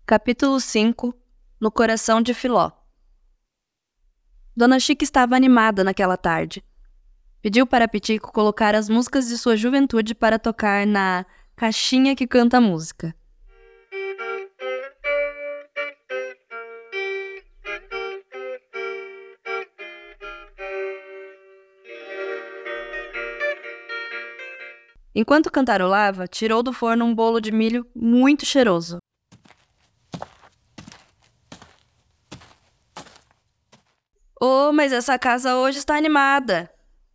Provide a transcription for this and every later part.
Capítulo 5 No coração de Filó. Dona Chica estava animada naquela tarde. Pediu para Pitico colocar as músicas de sua juventude para tocar na caixinha que canta música. Enquanto cantarolava, tirou do forno um bolo de milho muito cheiroso. Oh, mas essa casa hoje está animada.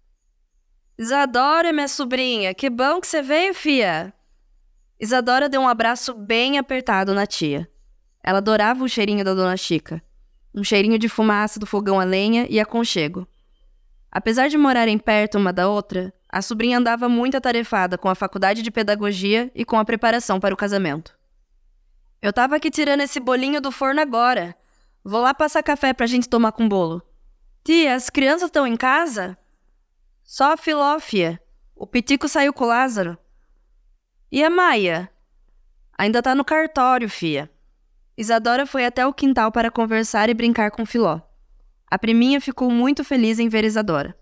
Isadora, minha sobrinha, que bom que você veio, fia. Isadora deu um abraço bem apertado na tia. Ela adorava o cheirinho da Dona Chica. Um cheirinho de fumaça do fogão a lenha e aconchego. Apesar de morarem perto uma da outra, a sobrinha andava muito atarefada com a faculdade de pedagogia e com a preparação para o casamento. Eu tava aqui tirando esse bolinho do forno agora. Vou lá passar café pra gente tomar com bolo. Tia, as crianças estão em casa? Só a Filó, fia. O Pitico saiu com o Lázaro. E a Maia? Ainda tá no cartório, fia. Isadora foi até o quintal para conversar e brincar com Filó. A priminha ficou muito feliz em ver Isadora.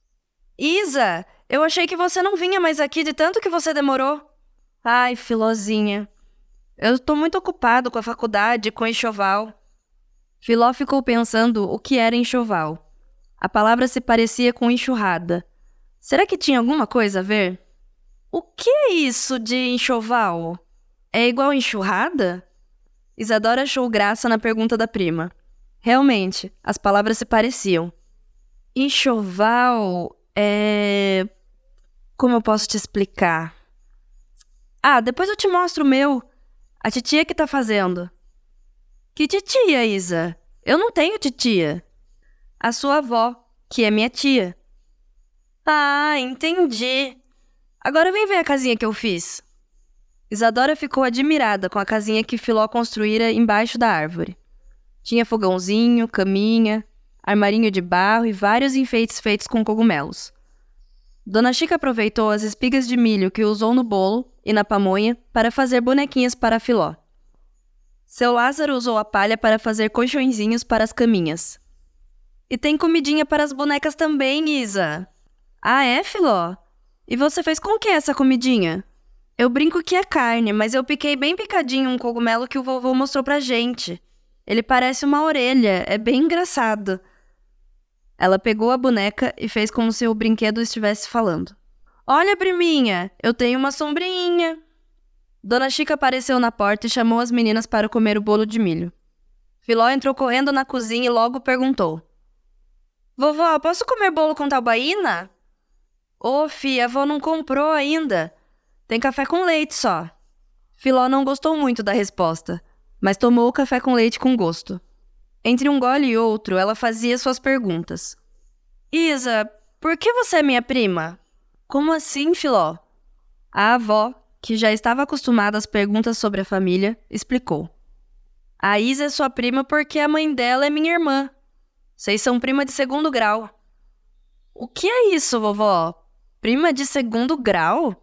Isa, eu achei que você não vinha mais aqui de tanto que você demorou. Ai, Filózinha. Eu tô muito ocupado com a faculdade, com enxoval. Filó ficou pensando o que era enxoval. A palavra se parecia com enxurrada. Será que tinha alguma coisa a ver? O que é isso de enxoval? É igual enxurrada? Isadora achou graça na pergunta da prima. Realmente, as palavras se pareciam. Enxoval é... Como eu posso te explicar? Ah, depois eu te mostro o meu. A titia que tá fazendo. Que titia, Isa? Eu não tenho titia. A sua avó, que é minha tia. Ah, entendi. Agora vem ver a casinha que eu fiz. Isadora ficou admirada com a casinha que Filó construíra embaixo da árvore. Tinha fogãozinho, caminha, armarinho de barro e vários enfeites feitos com cogumelos. Dona Chica aproveitou as espigas de milho que usou no bolo e na pamonha para fazer bonequinhas para Filó. Seu Lázaro usou a palha para fazer colchõezinhos para as caminhas. E tem comidinha para as bonecas também, Isa. Ah, é, Filó? E você fez com o que essa comidinha? Eu brinco que é carne, mas eu piquei bem picadinho um cogumelo que o vovô mostrou pra gente. Ele parece uma orelha, é bem engraçado. Ela pegou a boneca e fez como se o brinquedo estivesse falando. Olha, priminha, eu tenho uma sombrinha. Dona Chica apareceu na porta e chamou as meninas para comer o bolo de milho. Filó entrou correndo na cozinha e logo perguntou. Vovó, posso comer bolo com talbaína? Ô, fia, a avó não comprou ainda. Tem café com leite só. Filó não gostou muito da resposta, mas tomou o café com leite com gosto. Entre um gole e outro, ela fazia suas perguntas. Isa, por que você é minha prima? Como assim, Filó? A avó, que já estava acostumada às perguntas sobre a família, explicou. A Isa é sua prima porque a mãe dela é minha irmã. Vocês são prima de segundo grau. O que é isso, vovó? Prima de segundo grau?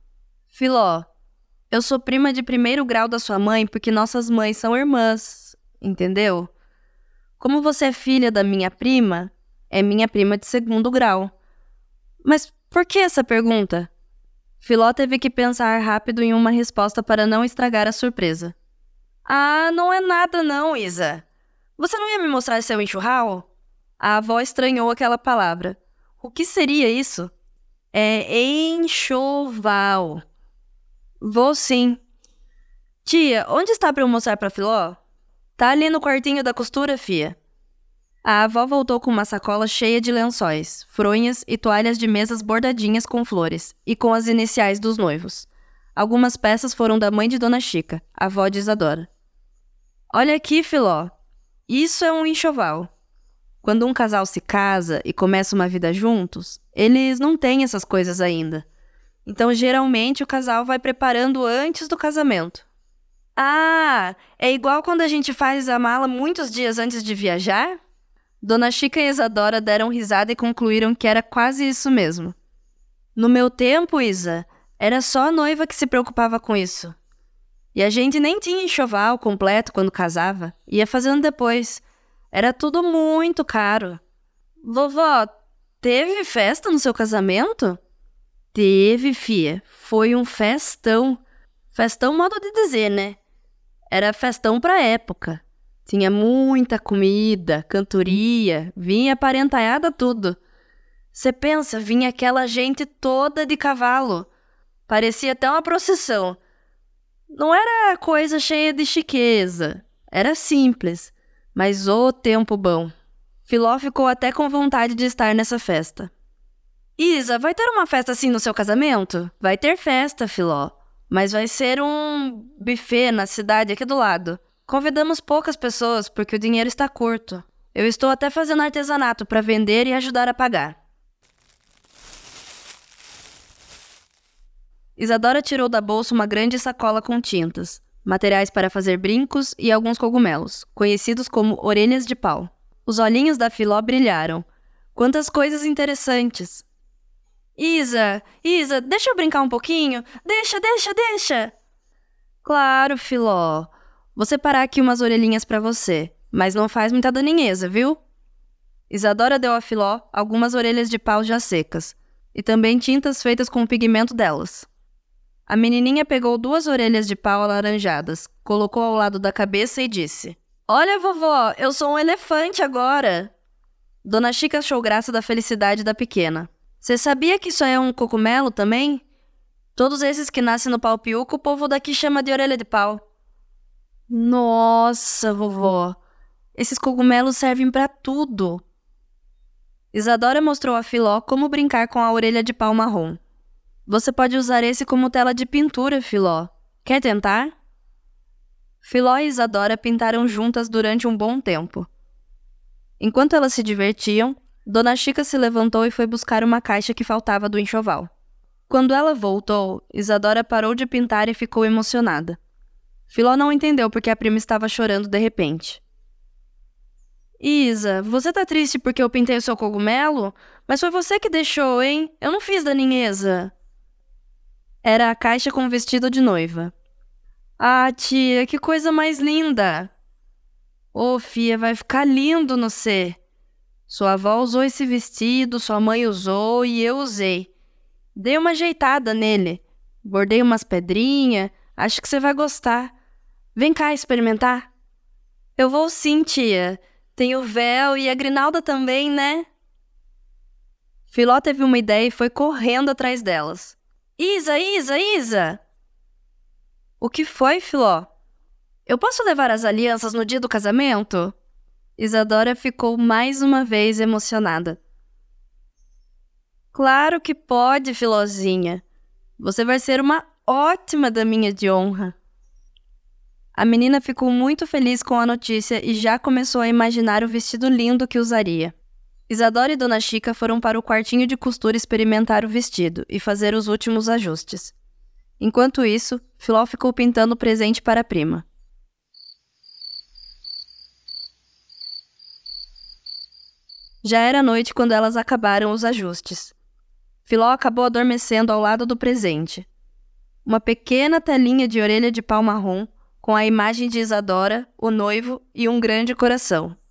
Filó, eu sou prima de primeiro grau da sua mãe porque nossas mães são irmãs, entendeu? Como você é filha da minha prima, é minha prima de segundo grau. Mas por que essa pergunta? Filó teve que pensar rápido em uma resposta para não estragar a surpresa. Ah, não é nada não, Isa. Você não ia me mostrar seu enxurral? A avó estranhou aquela palavra. O que seria isso? É enxoval. Vou sim. Tia, onde está para eu mostrar para Filó? Tá ali no quartinho da costura, fia. A avó voltou com uma sacola cheia de lençóis, fronhas e toalhas de mesas bordadinhas com flores e com as iniciais dos noivos. Algumas peças foram da mãe de Dona Chica, a avó de Isadora. Olha aqui, Filó. Isso é um enxoval. Quando um casal se casa e começa uma vida juntos, eles não têm essas coisas ainda. Então, geralmente, o casal vai preparando antes do casamento. Ah, é igual quando a gente faz a mala muitos dias antes de viajar? Dona Chica e Isadora deram risada e concluíram que era quase isso mesmo. No meu tempo, Isa, era só a noiva que se preocupava com isso. E a gente nem tinha enxoval completo quando casava. Ia fazendo depois. Era tudo muito caro. Vovó, teve festa no seu casamento? Teve, fia. Foi um festão. Festão, modo de dizer, né? Era festão pra época. Tinha muita comida, cantoria, vinha parentalhada tudo. Você pensa, vinha aquela gente toda de cavalo. Parecia até uma procissão. Não era coisa cheia de chiqueza. Era simples. Mas ô tempo bom. Filó ficou até com vontade de estar nessa festa. Isa, vai ter uma festa assim no seu casamento? Vai ter festa, Filó. Mas vai ser um buffet na cidade aqui do lado. Convidamos poucas pessoas porque o dinheiro está curto. Eu estou até fazendo artesanato para vender e ajudar a pagar. Isadora tirou da bolsa uma grande sacola com tintas, materiais para fazer brincos e alguns cogumelos, conhecidos como orelhas de pau. Os olhinhos da Filó brilharam. Quantas coisas interessantes! Isa, deixa eu brincar um pouquinho? Deixa! Claro, Filó. Vou separar aqui umas orelhinhas para você, mas não faz muita daninheza, viu? Isadora deu a Filó algumas orelhas de pau já secas, e também tintas feitas com o pigmento delas. A menininha pegou 2 orelhas de pau alaranjadas, colocou ao lado da cabeça e disse: Olha, vovó, eu sou um elefante agora. Dona Chica achou graça da felicidade da pequena. Você sabia que isso é um cogumelo também? Todos esses que nascem no pau piuco, o povo daqui chama de orelha de pau. Nossa, vovó, esses cogumelos servem para tudo. Isadora mostrou a Filó como brincar com a orelha de pau marrom. Você pode usar esse como tela de pintura, Filó. Quer tentar? Filó e Isadora pintaram juntas durante um bom tempo. Enquanto elas se divertiam, Dona Chica se levantou e foi buscar uma caixa que faltava do enxoval. Quando ela voltou, Isadora parou de pintar e ficou emocionada. Filó não entendeu porque a prima estava chorando de repente. Isa, você tá triste porque eu pintei o seu cogumelo? Mas foi você que deixou, hein? Eu não fiz daninheza. Era a caixa com o vestido de noiva. Ah, tia, que coisa mais linda! Ô, fia, vai ficar lindo no cê. Sua avó usou esse vestido, sua mãe usou e eu usei. Dei uma ajeitada nele. Bordei umas pedrinhas. Acho que você vai gostar. Vem cá experimentar. Eu vou sim, tia. Tem o véu e a grinalda também, né? Filó teve uma ideia e foi correndo atrás delas. Isa! O que foi, Filó? Eu posso levar as alianças no dia do casamento? Isadora ficou mais uma vez emocionada. Claro que pode, Filózinha. Você vai ser uma ótima daminha de honra. A menina ficou muito feliz com a notícia e já começou a imaginar o vestido lindo que usaria. Isadora e Dona Chica foram para o quartinho de costura experimentar o vestido e fazer os últimos ajustes. Enquanto isso, Filó ficou pintando o presente para a prima. Já era noite quando elas acabaram os ajustes. Filó acabou adormecendo ao lado do presente. Uma pequena telinha de orelha de pau marrom, com a imagem de Isadora, o noivo e um grande coração.